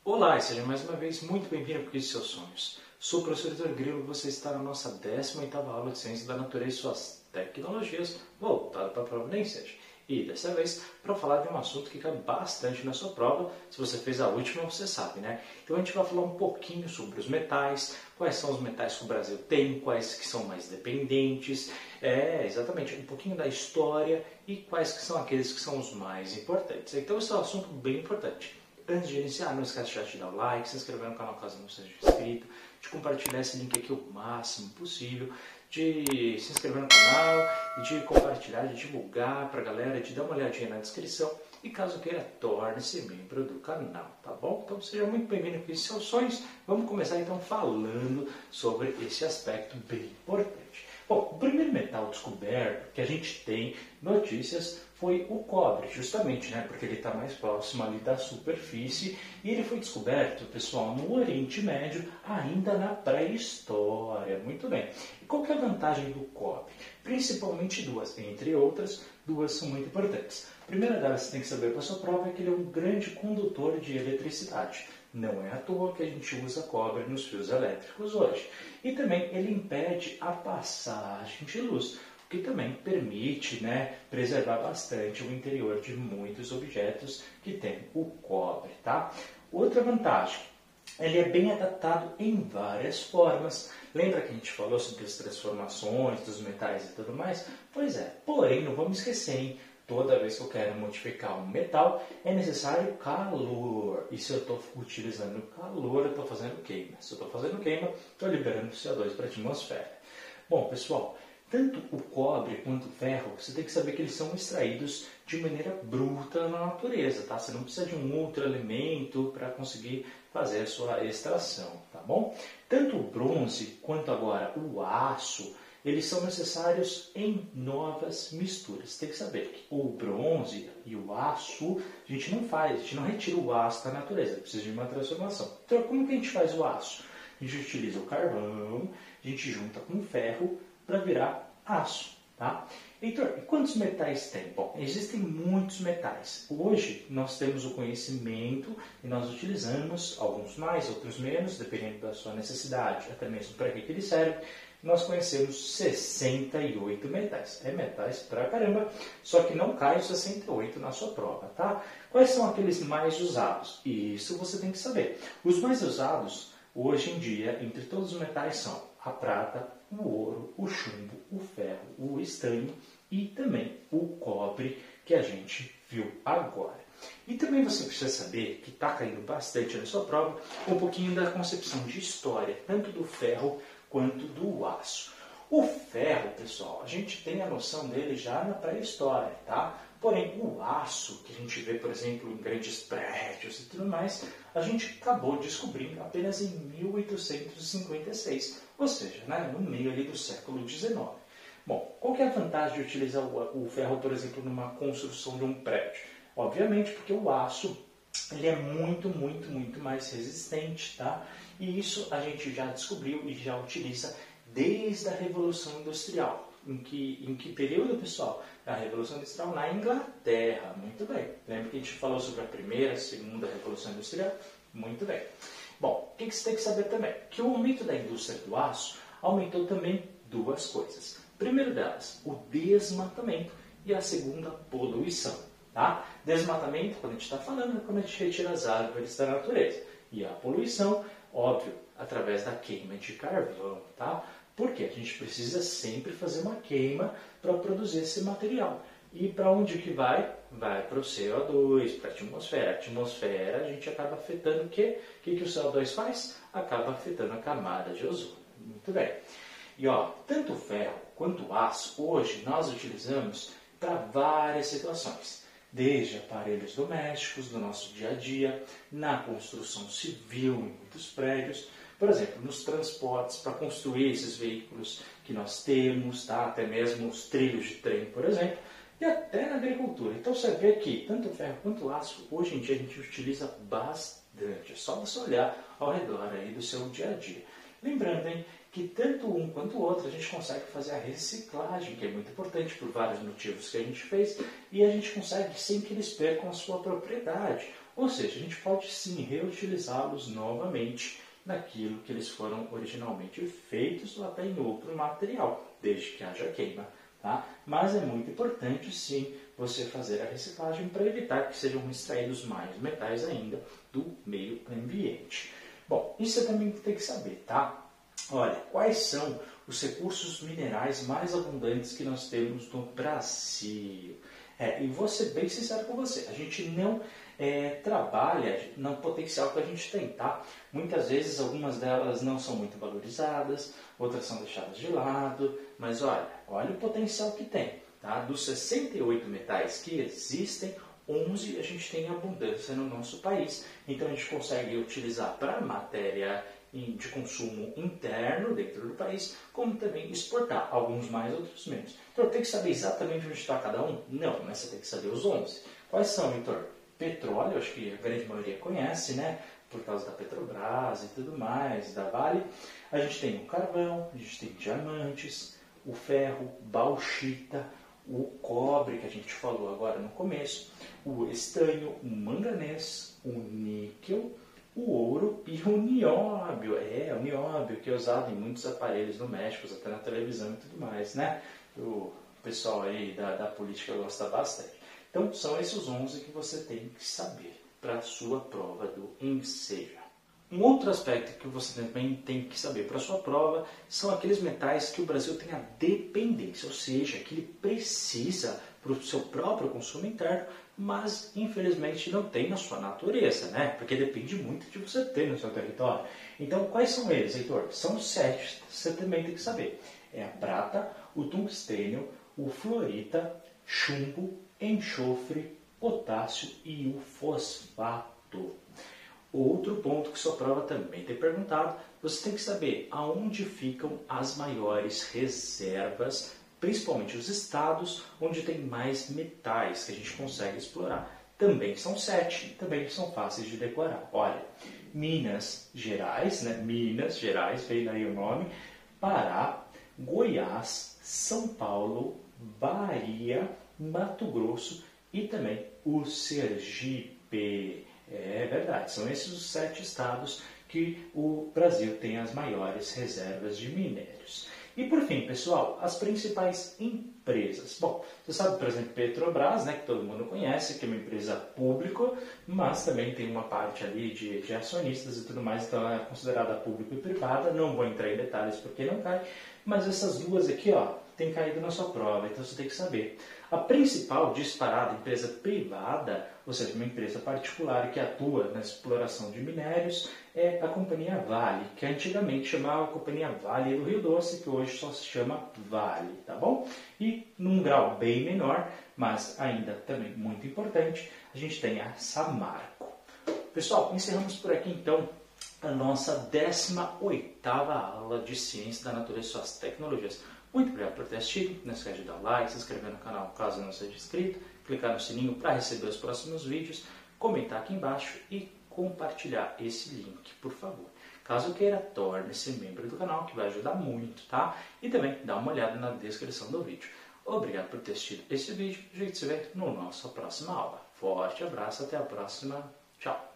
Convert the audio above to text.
Olá e seja mais uma vez muito bem-vindo ao Quiz de Seus Sonhos. Sou o professor Vitor Grilo e você está na nossa 18ª aula de Ciência da Natureza e suas tecnologias voltada para a prova do Enem. E dessa vez para falar de um assunto que cai bastante na sua prova. Se você fez a última, você sabe, né? Então a gente vai falar um pouquinho sobre os metais, quais são os metais que o Brasil tem, quais que são mais dependentes, exatamente, um pouquinho da história e quais que são aqueles que são os mais importantes. Então esse é um assunto bem importante. Antes de iniciar, não esquece de dar o like, se inscrever no canal caso não seja inscrito, de compartilhar esse link aqui o máximo possível, de se inscrever no canal, de compartilhar, de divulgar para a galera, de dar uma olhadinha na descrição e caso queira, torne-se membro do canal, tá bom? Então seja muito bem-vindo aqui aos seus sonhos. Vamos começar então falando sobre esse aspecto bem importante. Bom, o primeiro metal descoberto que a gente tem notícias foi o cobre, justamente, né? Porque ele está mais próximo ali da superfície e ele foi descoberto, pessoal, no Oriente Médio, ainda na pré-história. Muito bem. E qual que é a vantagem do cobre? Principalmente duas, entre outras, duas são muito importantes. A primeira delas, você tem que saber para a sua prova, é que ele é um grande condutor de eletricidade. Não é à toa que a gente usa cobre nos fios elétricos hoje. E também ele impede a passagem de luz, o que também permite, né, preservar bastante o interior de muitos objetos que tem o cobre, tá? Outra vantagem, ele é bem adaptado em várias formas. Lembra que a gente falou sobre as transformações dos metais e tudo mais? Pois é, porém, não vamos esquecer, hein? Toda vez que eu quero modificar um metal, é necessário calor. E se eu estou utilizando calor, eu estou fazendo queima. Se eu estou fazendo queima, estou liberando CO2 para a atmosfera. Bom, pessoal, tanto o cobre quanto o ferro, você tem que saber que eles são extraídos de maneira bruta na natureza, tá? Você não precisa de um outro elemento para conseguir fazer a sua extração, tá bom? Tanto o bronze quanto agora o aço, eles são necessários em novas misturas. Tem que saber que o bronze e o aço, a gente não retira o aço da natureza, precisa de uma transformação. Então, como que a gente faz o aço? A gente utiliza o carvão, a gente junta com o ferro para virar aço, tá? Heitor, e quantos metais tem? Bom, existem muitos metais. Hoje nós temos o conhecimento e nós utilizamos alguns mais, outros menos, dependendo da sua necessidade, até mesmo para que ele serve. Nós conhecemos 68 metais. É metais pra caramba, só que não cai os 68 na sua prova, tá? Quais são aqueles mais usados? Isso você tem que saber. Os mais usados, hoje em dia, entre todos os metais são a prata, o ouro, o chumbo, o ferro, o estanho e também o cobre que a gente viu agora. E também você precisa saber que está caindo bastante na sua prova um pouquinho da concepção de história, tanto do ferro quanto do aço. O ferro, pessoal, a gente tem a noção dele já na pré-história, tá? Porém, o aço, que a gente vê, por exemplo, em grandes prédios e tudo mais, a gente acabou descobrindo apenas em 1856, ou seja, né, no meio ali do século XIX. Bom, qual que é a vantagem de utilizar o ferro, por exemplo, numa construção de um prédio? Obviamente, porque o aço ele é muito mais resistente, tá? E isso a gente já descobriu e já utiliza desde a Revolução Industrial. Em que período, pessoal? A Revolução Industrial na Inglaterra. Muito bem. Lembra que a gente falou sobre a primeira, segunda Revolução Industrial? Muito bem. Bom, o que você tem que saber também? Que o aumento da indústria do aço aumentou também duas coisas. Primeiro delas, o desmatamento e a segunda, poluição. Tá? Desmatamento, quando a gente está falando, é quando a gente retira as árvores da natureza. E a poluição, óbvio, através da queima de carvão. Tá? Porque a gente precisa sempre fazer uma queima para produzir esse material. E para onde que vai? Vai para o CO2, para a atmosfera. A atmosfera, a gente acaba afetando o quê? O que o CO2 faz? Acaba afetando a camada de ozônio. Muito bem. E ó, tanto o ferro quanto o aço, hoje nós utilizamos para várias situações. Desde aparelhos domésticos, do nosso dia a dia, na construção civil, em muitos prédios, por exemplo, nos transportes, para construir esses veículos que nós temos, tá? Até mesmo os trilhos de trem, por exemplo, e até na agricultura. Então você vê que tanto o ferro quanto o aço, hoje em dia a gente utiliza bastante. É só você olhar ao redor aí do seu dia a dia. Lembrando, hein, que tanto um quanto o outro a gente consegue fazer a reciclagem, que é muito importante por vários motivos que a gente fez, e a gente consegue sem que eles percam a sua propriedade. Ou seja, a gente pode sim reutilizá-los novamente naquilo que eles foram originalmente feitos ou até em outro material, desde que haja queima. Tá? Mas é muito importante sim você fazer a reciclagem para evitar que sejam extraídos mais metais ainda do meio ambiente. Bom, isso você também tem que saber, tá? Olha, quais são os recursos minerais mais abundantes que nós temos no Brasil? E vou ser bem sincero com você, a gente não trabalha no potencial que a gente tem, tá? Muitas vezes algumas delas não são muito valorizadas, outras são deixadas de lado, mas olha o potencial que tem, tá? Dos 68 metais que existem, 11 a gente tem abundância no nosso país, então a gente consegue utilizar para matéria de consumo interno dentro do país, como também exportar, alguns mais, outros menos. Então tem que saber exatamente onde está cada um? Não, mas você tem que saber os 11. Quais são, Heitor? Petróleo, acho que a grande maioria conhece, né? Por causa da Petrobras e tudo mais, da Vale. A gente tem o carvão, a gente tem diamantes, o ferro, bauxita, o cobre, que a gente falou agora no começo, o estanho, o manganês, o níquel, o ouro e o nióbio. O nióbio que é usado em muitos aparelhos domésticos, até na televisão e tudo mais, né? O pessoal aí da política gosta bastante. Então, são esses 11 que você tem que saber para a sua prova do Enseja. Um outro aspecto que você também tem que saber para a sua prova são aqueles metais que o Brasil tem a dependência, ou seja, que ele precisa para o seu próprio consumo interno, mas infelizmente não tem na sua natureza, né? Porque depende muito de você ter no seu território. Então, quais são eles, Heitor? São 7, você também tem que saber. É a prata, o tungstênio, o fluorita, chumbo, enxofre, potássio e o fosfato. Outro ponto que sua prova também tem perguntado, você tem que saber aonde ficam as maiores reservas, principalmente os estados onde tem mais metais que a gente consegue explorar. Também são 7, também são fáceis de decorar. Olha, Minas Gerais, né? Minas Gerais, veio daí o nome, Pará, Goiás, São Paulo, Bahia, Mato Grosso e também o Sergipe. É verdade, são esses os 7 estados que o Brasil tem as maiores reservas de minérios. E por fim, pessoal, as principais empresas. Bom, você sabe, por exemplo, Petrobras, né, que todo mundo conhece, que é uma empresa pública, mas também tem uma parte ali de acionistas e tudo mais, então é considerada pública e privada. Não vou entrar em detalhes porque não cai, mas essas duas aqui, tem caído na sua prova, então você tem que saber. A principal disparada empresa privada, ou seja, uma empresa particular que atua na exploração de minérios, é a Companhia Vale, que antigamente chamava Companhia Vale do Rio Doce, que hoje só se chama Vale, tá bom? E num grau bem menor, mas ainda também muito importante, a gente tem a Samarco. Pessoal, encerramos por aqui então a nossa 18ª aula de Ciência da Natureza e suas Tecnologias. Muito obrigado por ter assistido, não esquece de dar like, se inscrever no canal caso não seja inscrito, clicar no sininho para receber os próximos vídeos, comentar aqui embaixo e compartilhar esse link, por favor. Caso queira, torne-se membro do canal, que vai ajudar muito, tá? E também dá uma olhada na descrição do vídeo. Obrigado por ter assistido esse vídeo, a gente se vê na nossa próxima aula. Forte abraço, até a próxima, tchau!